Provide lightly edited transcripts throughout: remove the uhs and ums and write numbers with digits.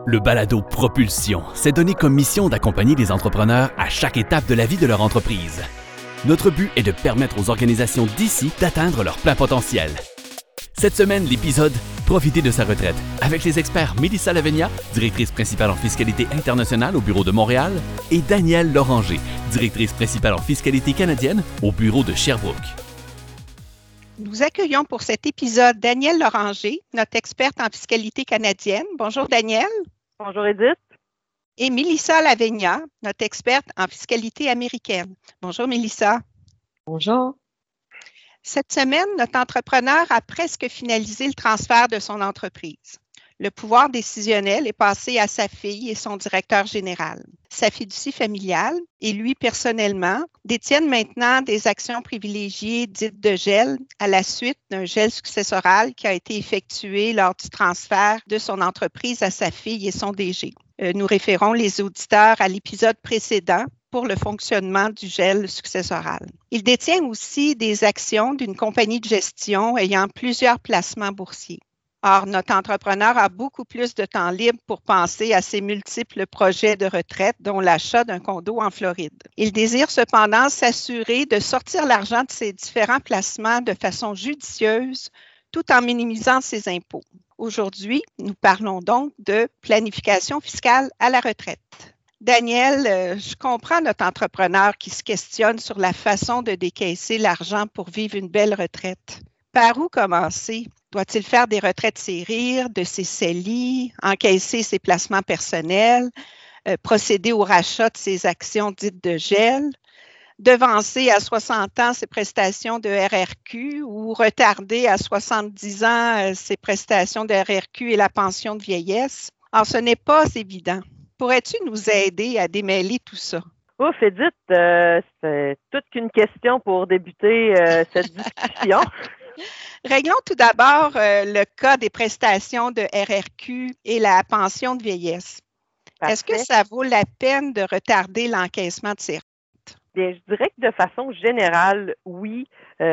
Le balado Propulsion s'est donné comme mission d'accompagner les entrepreneurs à chaque étape de la vie de leur entreprise. Notre but est de permettre aux organisations d'ici d'atteindre leur plein potentiel. Cette semaine, l'épisode « Profiter de sa retraite » avec les experts Mélissa Lavegna, directrice principale en fiscalité internationale au bureau de Montréal, et Danielle Loranger, directrice principale en fiscalité canadienne au bureau de Sherbrooke. Nous accueillons pour cet épisode Danielle Loranger, notre experte en fiscalité canadienne. Bonjour Danielle. Bonjour Edith. Et Mélissa Lavegna, notre experte en fiscalité américaine. Bonjour Mélissa. Bonjour. Cette semaine, notre entrepreneur a presque finalisé le transfert de son entreprise. Le pouvoir décisionnel est passé à sa fille et son directeur général. Sa fiducie familiale et lui personnellement détiennent maintenant des actions privilégiées dites de gel à la suite d'un gel successoral qui a été effectué lors du transfert de son entreprise à sa fille et son DG. Nous référons les auditeurs à l'épisode précédent pour le fonctionnement du gel successoral. Il détient aussi des actions d'une compagnie de gestion ayant plusieurs placements boursiers. Or, notre entrepreneur a beaucoup plus de temps libre pour penser à ses multiples projets de retraite, dont l'achat d'un condo en Floride. Il désire cependant s'assurer de sortir l'argent de ses différents placements de façon judicieuse, tout en minimisant ses impôts. Aujourd'hui, nous parlons donc de planification fiscale à la retraite. Danielle, je comprends notre entrepreneur qui se questionne sur la façon de décaisser l'argent pour vivre une belle retraite. Par où commencer? Doit-il faire des retraites séries, de ses CELI, encaisser ses placements personnels, procéder au rachat de ses actions dites de gel, devancer à 60 ans ses prestations de RRQ ou retarder à 70 ans ses prestations de RRQ et la pension de vieillesse? Alors, ce n'est pas évident. Pourrais-tu nous aider à démêler tout ça? Ouf, Edith, c'est toute qu'une question pour débuter cette discussion. Réglons tout d'abord le cas des prestations de RRQ et la pension de vieillesse. Parfait. Est-ce que ça vaut la peine de retarder l'encaissement de ces rentes? Bien, je dirais que de façon générale, oui.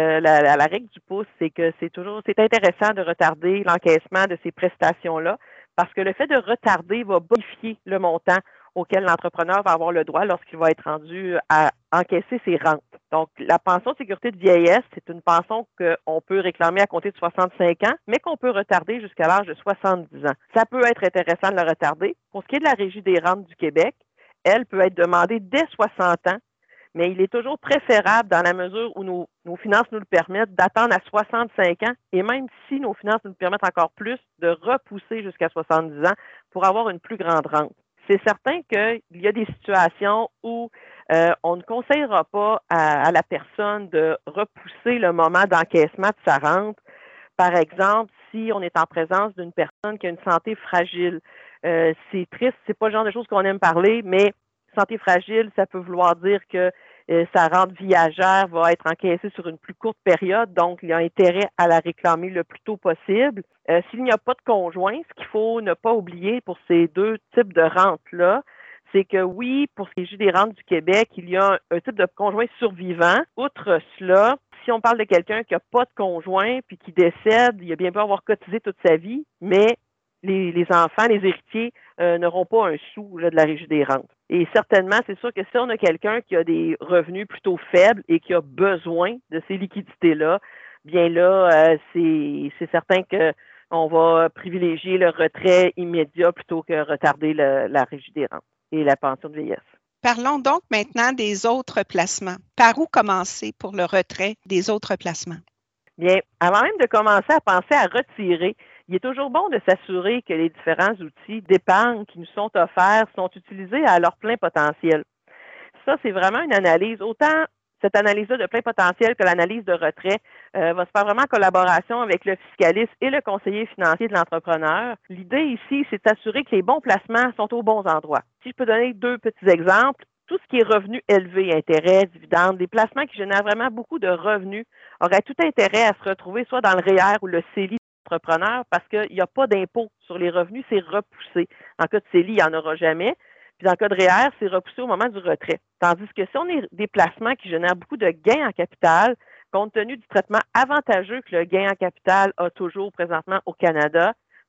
La règle du pouce, c'est que c'est intéressant de retarder l'encaissement de ces prestations-là parce que le fait de retarder va bonifier le montant auquel l'entrepreneur va avoir le droit lorsqu'il va être rendu à encaisser ses rentes. Donc, la pension de sécurité de vieillesse, c'est une pension qu'on peut réclamer à compter de 65 ans, mais qu'on peut retarder jusqu'à l'âge de 70 ans. Ça peut être intéressant de le retarder. Pour ce qui est de la Régie des rentes du Québec, elle peut être demandée dès 60 ans, mais il est toujours préférable, dans la mesure où nos finances nous le permettent, d'attendre à 65 ans, et même si nos finances nous le permettent encore plus, de repousser jusqu'à 70 ans pour avoir une plus grande rente. C'est certain qu'il y a des situations où on ne conseillera pas à la personne de repousser le moment d'encaissement de sa rente. Par exemple, si on est en présence d'une personne qui a une santé fragile. C'est triste, c'est pas le genre de choses qu'on aime parler, mais santé fragile, ça peut vouloir dire que sa rente viagère va être encaissée sur une plus courte période, donc il y a intérêt à la réclamer le plus tôt possible. S'il n'y a pas de conjoint, ce qu'il faut ne pas oublier pour ces deux types de rentes-là, c'est que oui, pour ce qui est des rentes du Québec, il y a un type de conjoint survivant. Outre cela, si on parle de quelqu'un qui n'a pas de conjoint puis qui décède, il a bien beau avoir cotisé toute sa vie, mais les enfants, les héritiers n'auront pas un sou là, de la Régie des rentes. Et certainement, c'est sûr que si on a quelqu'un qui a des revenus plutôt faibles et qui a besoin de ces liquidités-là, bien là, c'est certain qu'on va privilégier le retrait immédiat plutôt que retarder la Régie des rentes et la pension de vieillesse. Parlons donc maintenant des autres placements. Par où commencer pour le retrait des autres placements? Bien, avant même de commencer à penser à retirer, il est toujours bon de s'assurer que les différents outils d'épargne qui nous sont offerts sont utilisés à leur plein potentiel. Ça, c'est vraiment une analyse. Autant cette analyse-là de plein potentiel que l'analyse de retrait va se faire vraiment en collaboration avec le fiscaliste et le conseiller financier de l'entrepreneur. L'idée ici, c'est de s'assurer que les bons placements sont aux bons endroits. Si je peux donner deux petits exemples, tout ce qui est revenus élevés, intérêts, dividendes, des placements qui génèrent vraiment beaucoup de revenus auraient tout intérêt à se retrouver soit dans le REER ou le CELI de l'entrepreneur parce qu'il n'y a pas d'impôt sur les revenus, c'est repoussé. En cas de CELI, il n'y en aura jamais. Puis dans le cas de REER, c'est repoussé au moment du retrait. Tandis que si on a des placements qui génèrent beaucoup de gains en capital, compte tenu du traitement avantageux que le gain en capital a toujours présentement au Canada,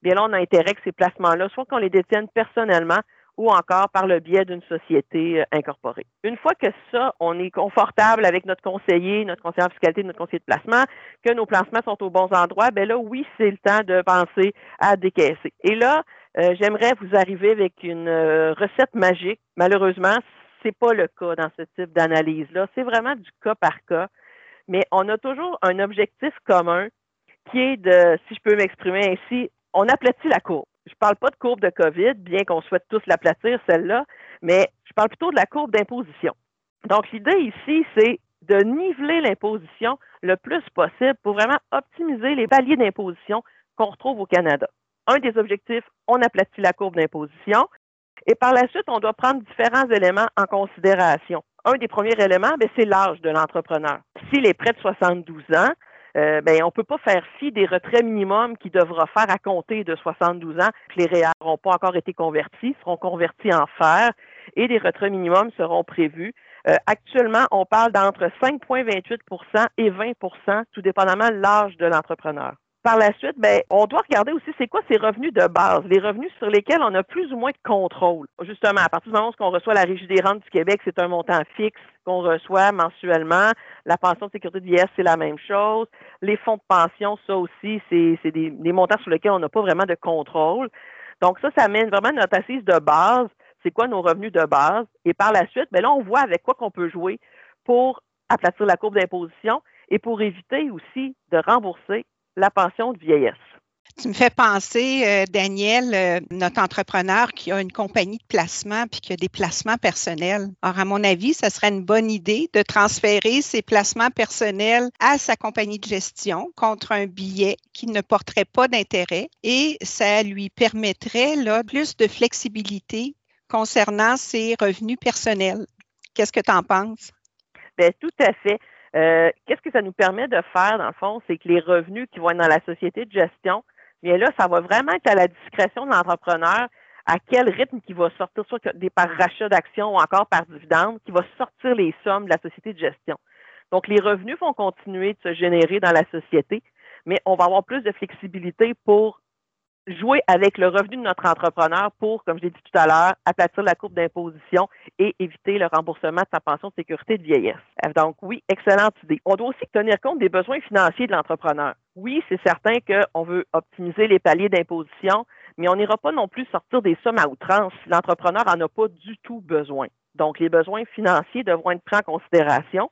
bien là, on a intérêt que ces placements-là, soit qu'on les détienne personnellement ou encore par le biais d'une société incorporée. Une fois que ça, on est confortable avec notre conseiller en fiscalité, notre conseiller de placement, que nos placements sont aux bons endroits, bien là, oui, c'est le temps de penser à décaisser. Et là, j'aimerais vous arriver avec une recette magique. Malheureusement, c'est pas le cas dans ce type d'analyse-là. C'est vraiment du cas par cas. Mais on a toujours un objectif commun qui est de, si je peux m'exprimer ainsi, on aplatit la courbe. Je ne parle pas de courbe de COVID, bien qu'on souhaite tous l'aplatir, celle-là, mais je parle plutôt de la courbe d'imposition. Donc, l'idée ici, c'est de niveler l'imposition le plus possible pour vraiment optimiser les paliers d'imposition qu'on retrouve au Canada. Un des objectifs, on aplatit la courbe d'imposition. Et par la suite, on doit prendre différents éléments en considération. Un des premiers éléments, c'est l'âge de l'entrepreneur. S'il est près de 72 ans, on ne peut pas faire fi des retraits minimums qu'il devra faire à compter de 72 ans. Les REER n'auront pas encore été convertis, seront convertis en fer et des retraits minimums seront prévus. Actuellement, on parle d'entre 5,28 % et 20 % tout dépendamment de l'âge de l'entrepreneur. Par la suite, on doit regarder aussi c'est quoi ces revenus de base, les revenus sur lesquels on a plus ou moins de contrôle. Justement, à partir du moment où on reçoit la Régie des rentes du Québec, c'est un montant fixe qu'on reçoit mensuellement. La pension de sécurité de vieillesse, c'est la même chose. Les fonds de pension, ça aussi, c'est des montants sur lesquels on n'a pas vraiment de contrôle. Donc ça amène vraiment notre assise de base. C'est quoi nos revenus de base? Et par la suite, là, on voit avec quoi qu'on peut jouer pour aplatir la courbe d'imposition et pour éviter aussi de rembourser la pension de vieillesse. Tu me fais penser, Daniel, notre entrepreneur qui a une compagnie de placement puis qui a des placements personnels. Alors, à mon avis, ça serait une bonne idée de transférer ses placements personnels à sa compagnie de gestion contre un billet qui ne porterait pas d'intérêt et ça lui permettrait là, plus de flexibilité concernant ses revenus personnels. Qu'est-ce que tu en penses? Bien, tout à fait. Qu'est-ce que ça nous permet de faire, dans le fond, c'est que les revenus qui vont être dans la société de gestion, bien là, ça va vraiment être à la discrétion de l'entrepreneur à quel rythme qu'il va sortir, soit par rachat d'actions ou encore par dividende, qui va sortir les sommes de la société de gestion. Donc, les revenus vont continuer de se générer dans la société, mais on va avoir plus de flexibilité pour jouer avec le revenu de notre entrepreneur pour, comme je l'ai dit tout à l'heure, aplatir la courbe d'imposition et éviter le remboursement de sa pension de sécurité de vieillesse. Donc oui, excellente idée. On doit aussi tenir compte des besoins financiers de l'entrepreneur. Oui, c'est certain qu'on veut optimiser les paliers d'imposition, mais on n'ira pas non plus sortir des sommes à outrance si l'entrepreneur n'en a pas du tout besoin. Donc, les besoins financiers devront être pris en considération.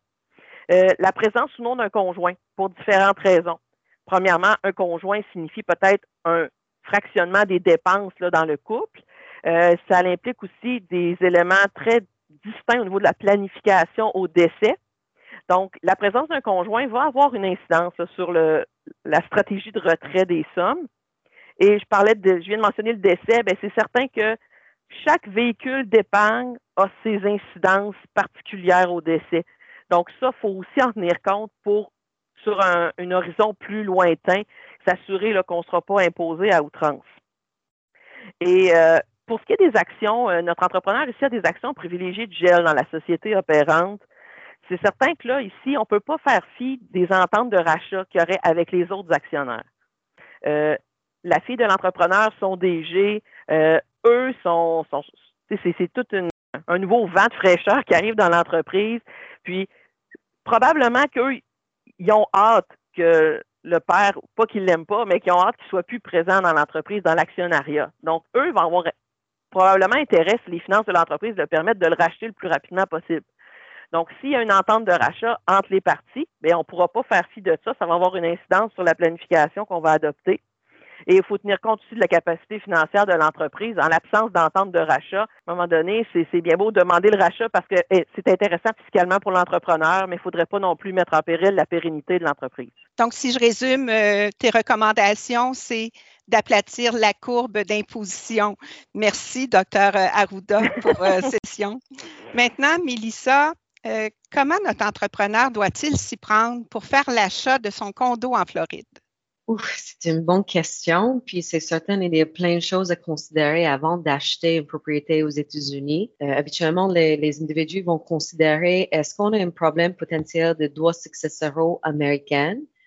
La présence ou non d'un conjoint, pour différentes raisons. Premièrement, un conjoint signifie peut-être un fractionnement des dépenses là, dans le couple. Ça implique aussi des éléments très distincts au niveau de la planification au décès. Donc, la présence d'un conjoint va avoir une incidence là, sur la stratégie de retrait des sommes. Et je viens de mentionner le décès, c'est certain que chaque véhicule d'épargne a ses incidences particulières au décès. Donc, ça, il faut aussi en tenir compte sur un horizon plus lointain, s'assurer là, qu'on ne sera pas imposé à outrance. Et pour ce qui est des actions, notre entrepreneur ici a des actions privilégiées de gel dans la société opérante. C'est certain que là, ici, on ne peut pas faire fi des ententes de rachat qu'il y aurait avec les autres actionnaires. La fille de l'entrepreneur, son DG, eux c'est tout un nouveau vent de fraîcheur qui arrive dans l'entreprise. Puis, probablement qu'eux, ils ont hâte que le père, pas qu'ils ne l'aiment pas, mais qu'ils ont hâte qu'il soit plus présent dans l'entreprise, dans l'actionnariat. Donc, eux vont avoir probablement intérêt, si les finances de l'entreprise le permettent, de le racheter le plus rapidement possible. Donc, s'il y a une entente de rachat entre les parties, on ne pourra pas faire fi de ça. Ça va avoir une incidence sur la planification qu'on va adopter. Et il faut tenir compte aussi de la capacité financière de l'entreprise. En l'absence d'entente de rachat, à un moment donné, c'est bien beau demander le rachat parce que c'est intéressant fiscalement pour l'entrepreneur, mais il ne faudrait pas non plus mettre en péril la pérennité de l'entreprise. Donc, si je résume, tes recommandations, c'est d'aplatir la courbe d'imposition. Merci, Dr. Arruda, pour cette session. Maintenant, Mélissa, comment notre entrepreneur doit-il s'y prendre pour faire l'achat de son condo en Floride? C'est une bonne question. Puis c'est certain, il y a plein de choses à considérer avant d'acheter une propriété aux États-Unis. Habituellement, les individus vont considérer est-ce qu'on a un problème potentiel de droits successoraux américains?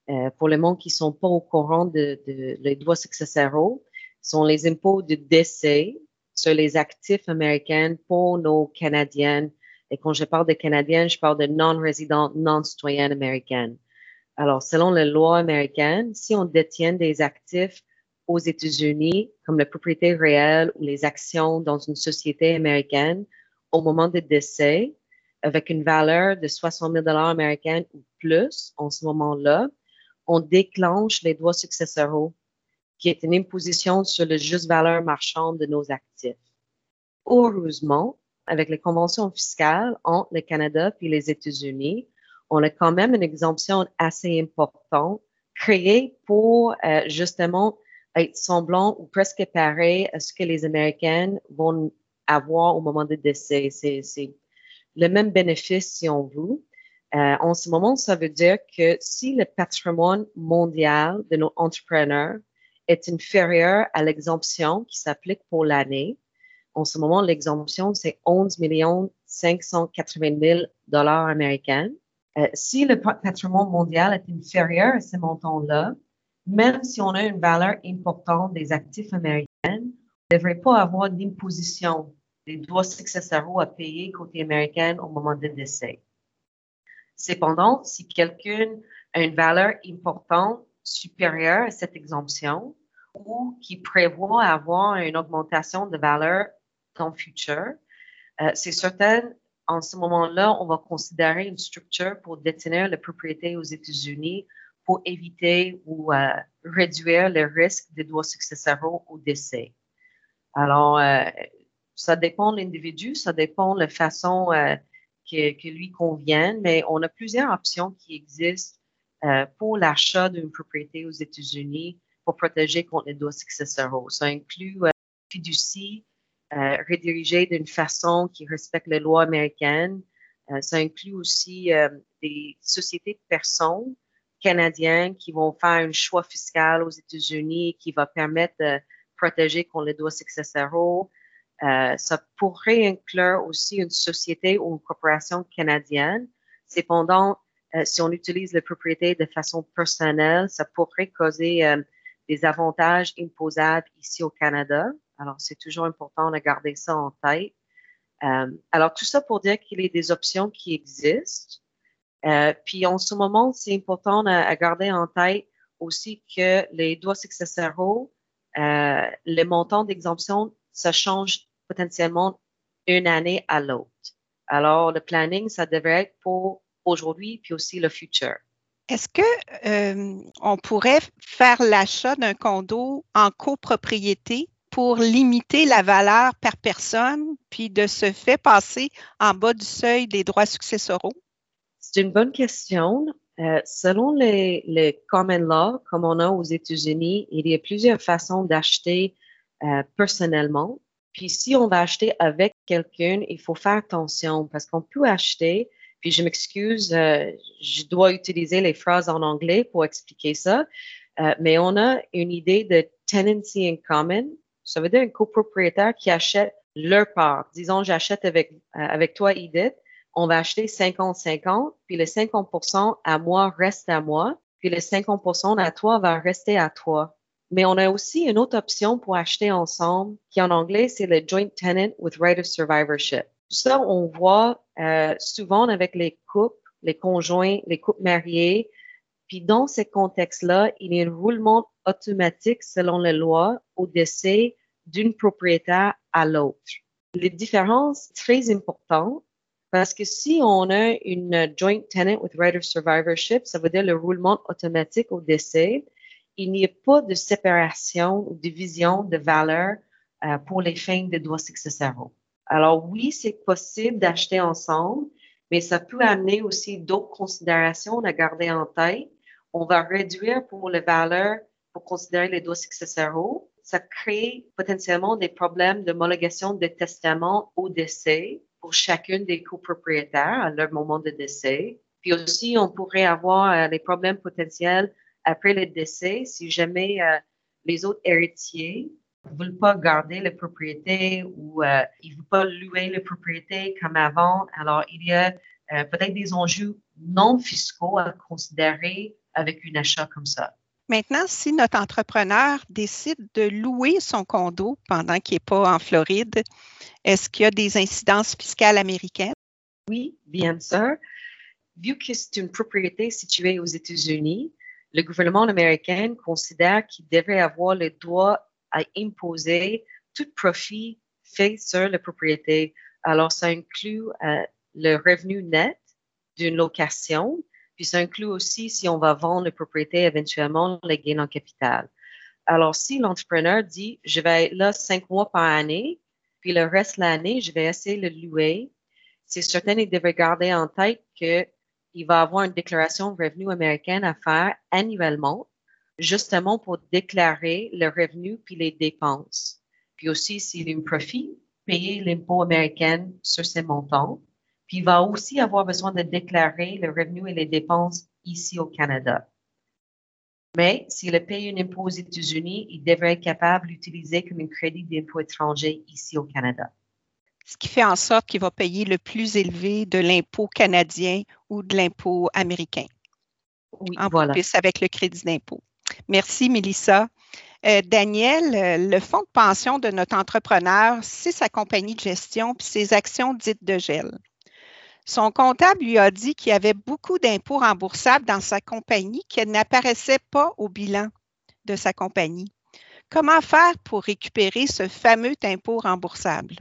Pour le monde qui sont pas au courant de les droits successoraux, sont les impôts de décès sur les actifs américains pour nos Canadiennes. Et quand je parle de Canadiennes, je parle de non-résidentes, non-citoyennes américaines. Alors, selon la loi américaine, si on détient des actifs aux États-Unis, comme la propriété réelle ou les actions dans une société américaine, au moment de décès, avec une valeur de 60 000 américains ou plus, en ce moment-là, on déclenche les droits successoraux, qui est une imposition sur la juste valeur marchande de nos actifs. Heureusement, avec les conventions fiscales entre le Canada et les États-Unis, on a quand même une exemption assez importante créée pour justement être semblant ou presque pareil à ce que les Américaines vont avoir au moment de décès. C'est le même bénéfice si on veut. En ce moment, ça veut dire que si le patrimoine mondial de nos entrepreneurs est inférieur à l'exemption qui s'applique pour l'année, en ce moment, l'exemption, c'est 11 580 000 dollars américains. Si le patrimoine mondial est inférieur à ce montant-là, même si on a une valeur importante des actifs américains, on ne devrait pas avoir d'imposition des droits successoraux à payer côté américain au moment de décès. Cependant, si quelqu'un a une valeur importante supérieure à cette exemption ou qui prévoit avoir une augmentation de valeur dans le futur, c'est certain, en ce moment-là, on va considérer une structure pour détenir la propriété aux États-Unis pour éviter ou réduire le risque des droits successoraux au décès. Alors, ça dépend de l'individu, ça dépend de la façon que lui convienne, mais on a plusieurs options qui existent pour l'achat d'une propriété aux États-Unis pour protéger contre les droits successoraux. Ça inclut fiducie rédigée d'une façon qui respecte les lois américaines. Ça inclut aussi des sociétés de personnes canadiennes qui vont faire un choix fiscal aux États-Unis qui va permettre de protéger contre les droits successoraux. Ça pourrait inclure aussi une société ou une corporation canadienne. Cependant, si on utilise la propriété de façon personnelle, ça pourrait causer des avantages imposables ici au Canada. Alors, c'est toujours important de garder ça en tête. Alors, tout ça pour dire qu'il y a des options qui existent. Puis, en ce moment, c'est important à garder en tête aussi que les droits successoraux, le montant d'exemption, ça change potentiellement une année à l'autre. Alors, le planning, ça devrait être pour aujourd'hui puis aussi le futur. Est-ce que on pourrait faire l'achat d'un condo en copropriété pour limiter la valeur par personne, puis de ce fait passer en bas du seuil des droits successoraux? C'est une bonne question. Selon les common law, comme on a aux États-Unis, il y a plusieurs façons d'acheter personnellement. Puis si on va acheter avec quelqu'un, il faut faire attention parce qu'on peut acheter, puis je m'excuse, je dois utiliser les phrases en anglais pour expliquer ça, mais on a une idée de tenancy in common. Ça veut dire un copropriétaire qui achète leur part. Disons, j'achète avec toi, Edith. On va acheter 50-50, puis le 50% à moi reste à moi, puis le 50% à toi va rester à toi. Mais on a aussi une autre option pour acheter ensemble, qui en anglais, c'est le joint tenant with right of survivorship. Ça, on voit souvent avec les couples, les conjoints, les couples mariés. Puis dans ces contextes-là, il y a un roulement automatique selon la loi au décès d'une propriétaire à l'autre. Les différences très importantes parce que si on a une joint tenant with right of survivorship, ça veut dire le roulement automatique au décès, il n'y a pas de séparation ou division de valeur pour les fins des droits successoraux. Alors oui, c'est possible d'acheter ensemble, mais ça peut amener aussi d'autres considérations à garder en tête. On va réduire pour les valeurs pour considérer les droits successoraux. Ça crée potentiellement des problèmes d'homologation de testament au décès pour chacune des copropriétaires à leur moment de décès. Puis aussi, on pourrait avoir des problèmes potentiels après le décès si jamais les autres héritiers ne veulent pas garder la propriété ou ils ne veulent pas louer la propriété comme avant. Alors, il y a peut-être des enjeux non fiscaux à considérer avec un achat comme ça. Maintenant, si notre entrepreneur décide de louer son condo pendant qu'il n'est pas en Floride, est-ce qu'il y a des incidences fiscales américaines? Oui, bien sûr. Vu que c'est une propriété située aux États-Unis, le gouvernement américain considère qu'il devrait avoir le droit à imposer tout profit fait sur la propriété. Alors, ça inclut le revenu net d'une location, puis ça inclut aussi, si on va vendre la propriété, éventuellement, les gains en capital. Alors, si l'entrepreneur dit, je vais être là 5 mois par année, puis le reste de l'année, je vais essayer de le louer, c'est certain qu'il devrait garder en tête qu'il va avoir une déclaration de revenu américaine à faire annuellement, justement pour déclarer le revenu puis les dépenses. Puis aussi, s'il a un profit, payer l'impôt américain sur ces montants. Puis il va aussi avoir besoin de déclarer le revenu et les dépenses ici au Canada. Mais s'il a payé un impôt aux États-Unis, il devrait être capable d'utiliser comme un crédit d'impôt étranger ici au Canada. Ce qui fait en sorte qu'il va payer le plus élevé de l'impôt canadien ou de l'impôt américain. Oui, en voilà. plus avec le crédit d'impôt. Merci, Mélissa. Daniel, le fonds de pension de notre entrepreneur, c'est sa compagnie de gestion puis ses actions dites de gel. Son comptable lui a dit qu'il y avait beaucoup d'impôts remboursables dans sa compagnie qui n'apparaissaient pas au bilan de sa compagnie. Comment faire pour récupérer ce fameux impôt remboursable?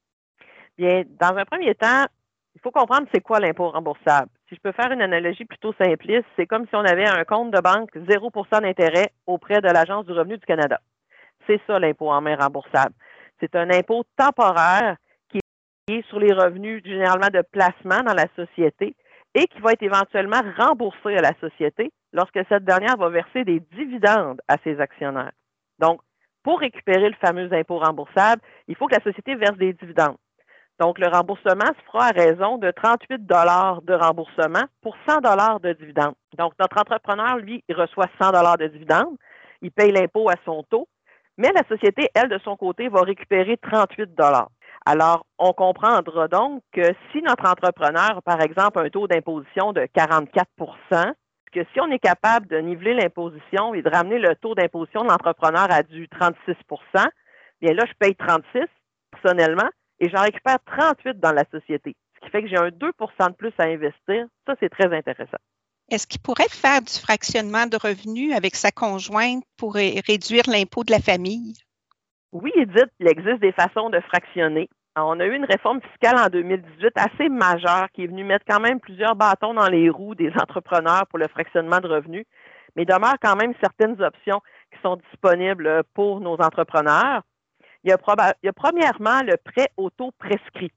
Bien, dans un premier temps, il faut comprendre c'est quoi l'impôt remboursable. Si je peux faire une analogie plutôt simpliste, c'est comme si on avait un compte de banque 0% d'intérêt auprès de l'Agence du revenu du Canada. C'est ça l'impôt en main remboursable. C'est un impôt temporaire qui est payé sur les revenus généralement de placement dans la société et qui va être éventuellement remboursé à la société lorsque cette dernière va verser des dividendes à ses actionnaires. Donc, pour récupérer le fameux impôt remboursable, il faut que la société verse des dividendes. Donc, le remboursement se fera à raison de 38 $ de remboursement pour 100 $ de dividendes. Donc, notre entrepreneur, lui, il reçoit 100 $ de dividendes, il paye l'impôt à son taux, mais la société, elle, de son côté, va récupérer 38 $. Alors, on comprendra donc que si notre entrepreneur, par exemple, a un taux d'imposition de 44 %, que si on est capable de niveler l'imposition et de ramener le taux d'imposition de l'entrepreneur à du 36 %, bien là, je paye 36 personnellement, et j'en récupère 38 dans la société, ce qui fait que j'ai un 2 % de plus à investir. Ça, c'est très intéressant. Est-ce qu'il pourrait faire du fractionnement de revenus avec sa conjointe pour réduire l'impôt de la famille? Oui, Edith, il existe des façons de fractionner. Alors, on a eu une réforme fiscale en 2018 assez majeure qui est venue mettre quand même plusieurs bâtons dans les roues des entrepreneurs pour le fractionnement de revenus, mais il demeure quand même certaines options qui sont disponibles pour nos entrepreneurs. Il y a premièrement le prêt au taux prescrit.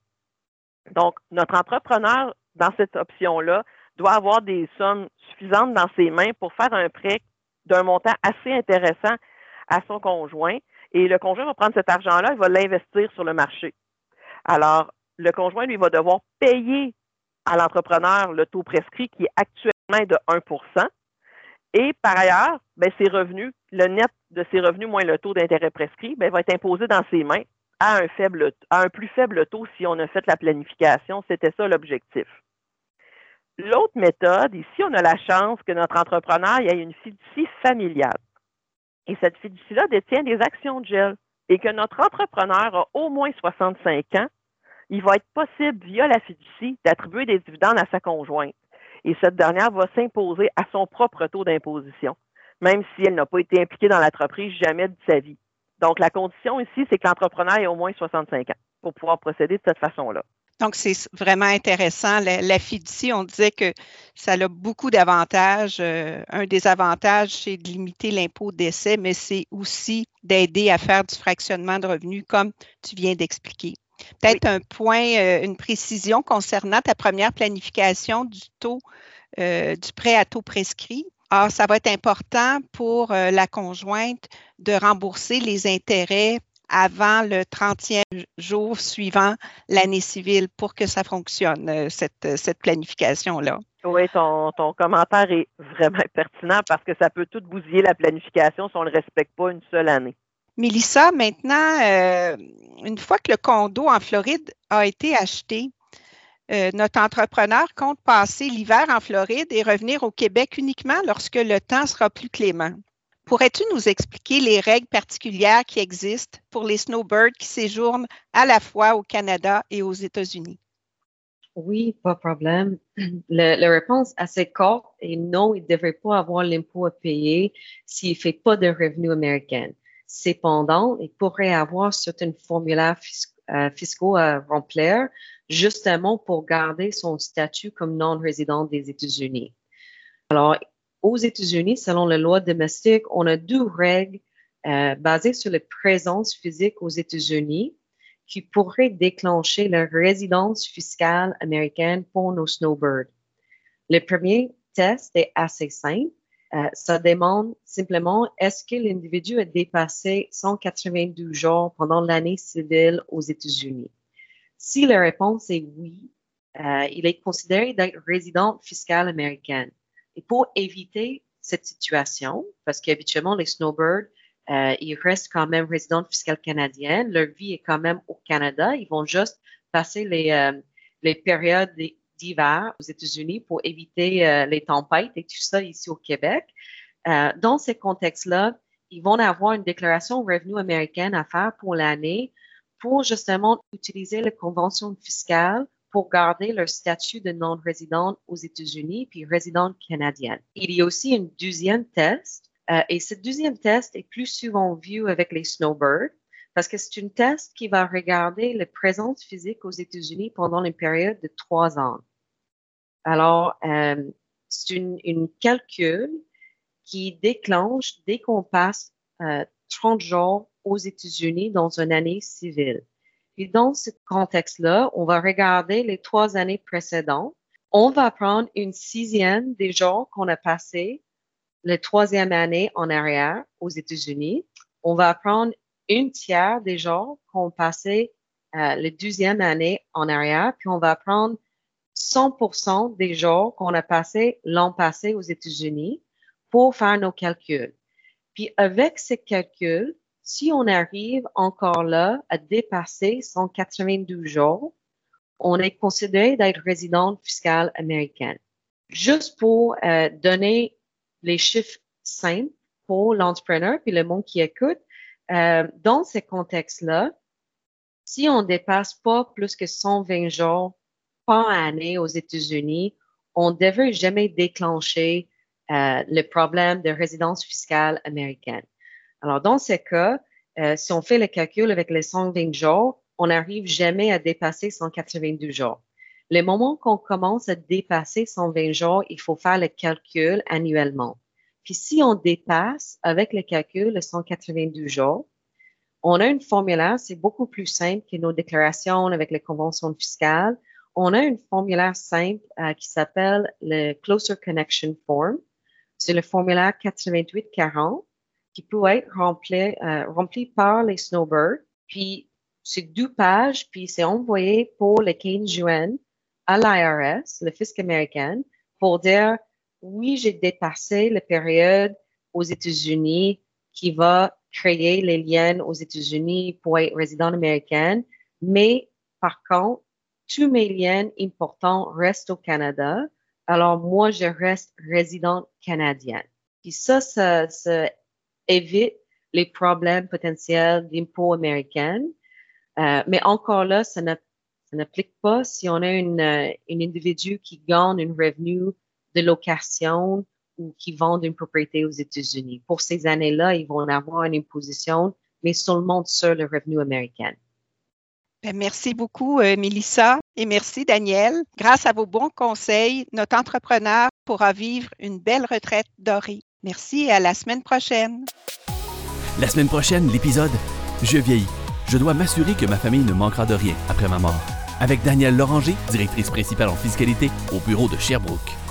Donc, notre entrepreneur, dans cette option-là, doit avoir des sommes suffisantes dans ses mains pour faire un prêt d'un montant assez intéressant à son conjoint. Et le conjoint va prendre cet argent-là et va l'investir sur le marché. Alors, le conjoint, lui, va devoir payer à l'entrepreneur le taux prescrit qui est actuellement de 1 %. Et par ailleurs, bien, ses revenus, le net de ses revenus moins le taux d'intérêt prescrit, bien, va être imposé dans ses mains à un plus faible taux si on a fait la planification. C'était ça l'objectif. L'autre méthode, ici, on a la chance que notre entrepreneur ait une fiducie familiale. Et cette fiducie-là détient des actions de gel. Et que notre entrepreneur a au moins 65 ans, il va être possible, via la fiducie, d'attribuer des dividendes à sa conjointe. Et cette dernière va s'imposer à son propre taux d'imposition, même si elle n'a pas été impliquée dans l'entreprise jamais de sa vie. Donc, la condition ici, c'est que l'entrepreneur ait au moins 65 ans pour pouvoir procéder de cette façon-là. Donc, c'est vraiment intéressant. La fiducie, on disait que ça a beaucoup d'avantages. Un des avantages, c'est de limiter l'impôt décès, mais c'est aussi d'aider à faire du fractionnement de revenus, comme tu viens d'expliquer. Peut-être un point, une précision concernant ta première planification du taux du prêt à taux prescrit. Alors, ça va être important pour la conjointe de rembourser les intérêts avant le 30e jour suivant l'année civile pour que ça fonctionne, cette planification-là. Oui, ton commentaire est vraiment pertinent parce que ça peut tout bousiller la planification si on ne le respecte pas une seule année. Notre entrepreneur compte passer l'hiver en Floride et revenir au Québec uniquement lorsque le temps sera plus clément. Pourrais-tu nous expliquer les règles particulières qui existent pour les snowbirds qui séjournent à la fois au Canada et aux États-Unis? Oui, pas de problème. La réponse assez courte est non, il ne devrait pas avoir l'impôt à payer s'il ne fait pas de revenus américains. Cependant, il pourrait avoir certains formulaires fiscaux à remplir justement pour garder son statut comme non-résident des États-Unis. Alors, aux États-Unis, selon la loi domestique, on a deux règles basées sur la présence physique aux États-Unis qui pourraient déclencher la résidence fiscale américaine pour nos snowbirds. Le premier test est assez simple. Ça demande simplement est-ce que l'individu a dépassé 192 jours pendant l'année civile aux États-Unis. Si la réponse est oui, il est considéré d'être résident fiscal américain. Et pour éviter cette situation, parce qu'habituellement les snowbirds, ils restent quand même résidents fiscaux canadiens, leur vie est quand même au Canada, ils vont juste passer les périodes d'hiver aux États-Unis pour éviter les tempêtes et tout ça ici au Québec. Dans ces contextes-là, ils vont avoir une déclaration revenu américaine à faire pour l'année pour justement utiliser la convention fiscale pour garder leur statut de non-résident aux États-Unis puis résident canadien. Il y a aussi un deuxième test et ce deuxième test est plus souvent vu avec les snowbirds parce que c'est un test qui va regarder la présence physique aux États-Unis pendant une période de 3 ans. Alors, c'est une calcul qui déclenche dès qu'on passe 30 jours aux États-Unis dans une année civile. Puis dans ce contexte-là, on va regarder les 3 années précédentes. On va prendre une 6e des jours qu'on a passé la 3e année en arrière aux États-Unis. On va prendre 1/3 des jours qu'on a passé la 2e année en arrière, puis on va prendre 100% des jours qu'on a passé l'an passé aux États-Unis pour faire nos calculs. Puis avec ces calculs, si on arrive encore là à dépasser 192 jours, on est considéré d'être résident fiscal américain. Juste pour donner les chiffres simples pour l'entrepreneur puis le monde qui écoute, dans ces contextes-là, si on dépasse pas plus que 120 jours par année aux États-Unis, on ne devrait jamais déclencher le problème de résidence fiscale américaine. Alors, dans ce cas, si on fait le calcul avec les 120 jours, on n'arrive jamais à dépasser 182 jours. Le moment qu'on commence à dépasser 120 jours, il faut faire le calcul annuellement. Puis si on dépasse avec le calcul les 182 jours, on a une formulaire, c'est beaucoup plus simple que nos déclarations avec les conventions fiscales. On a une formulaire simple qui s'appelle le Closer Connection Form. C'est le formulaire 8840 qui peut être rempli par les snowbirds. Puis, c'est 2 pages, puis c'est envoyé pour le 15 juin à l'IRS, le fisc américain, pour dire, oui, j'ai dépassé la période aux États-Unis qui va créer les liens aux États-Unis pour être résident américain, mais par contre, tous mes liens importants restent au Canada. Alors, moi, je reste résident canadien. Puis ça évite les problèmes potentiels d'impôts américains. Mais encore là, ça n'applique pas si on a un individu qui gagne un revenu de location ou qui vend une propriété aux États-Unis. Pour ces années-là, ils vont avoir une imposition, mais seulement sur le revenu américain. Bien, merci beaucoup, Mélissa, et merci, Daniel. Grâce à vos bons conseils, notre entrepreneur pourra vivre une belle retraite dorée. Merci et à la semaine prochaine. La semaine prochaine, l'épisode « Je vieillis. Je dois m'assurer que ma famille ne manquera de rien après ma mort » avec Danielle Loranger, directrice principale en fiscalité au bureau de Sherbrooke.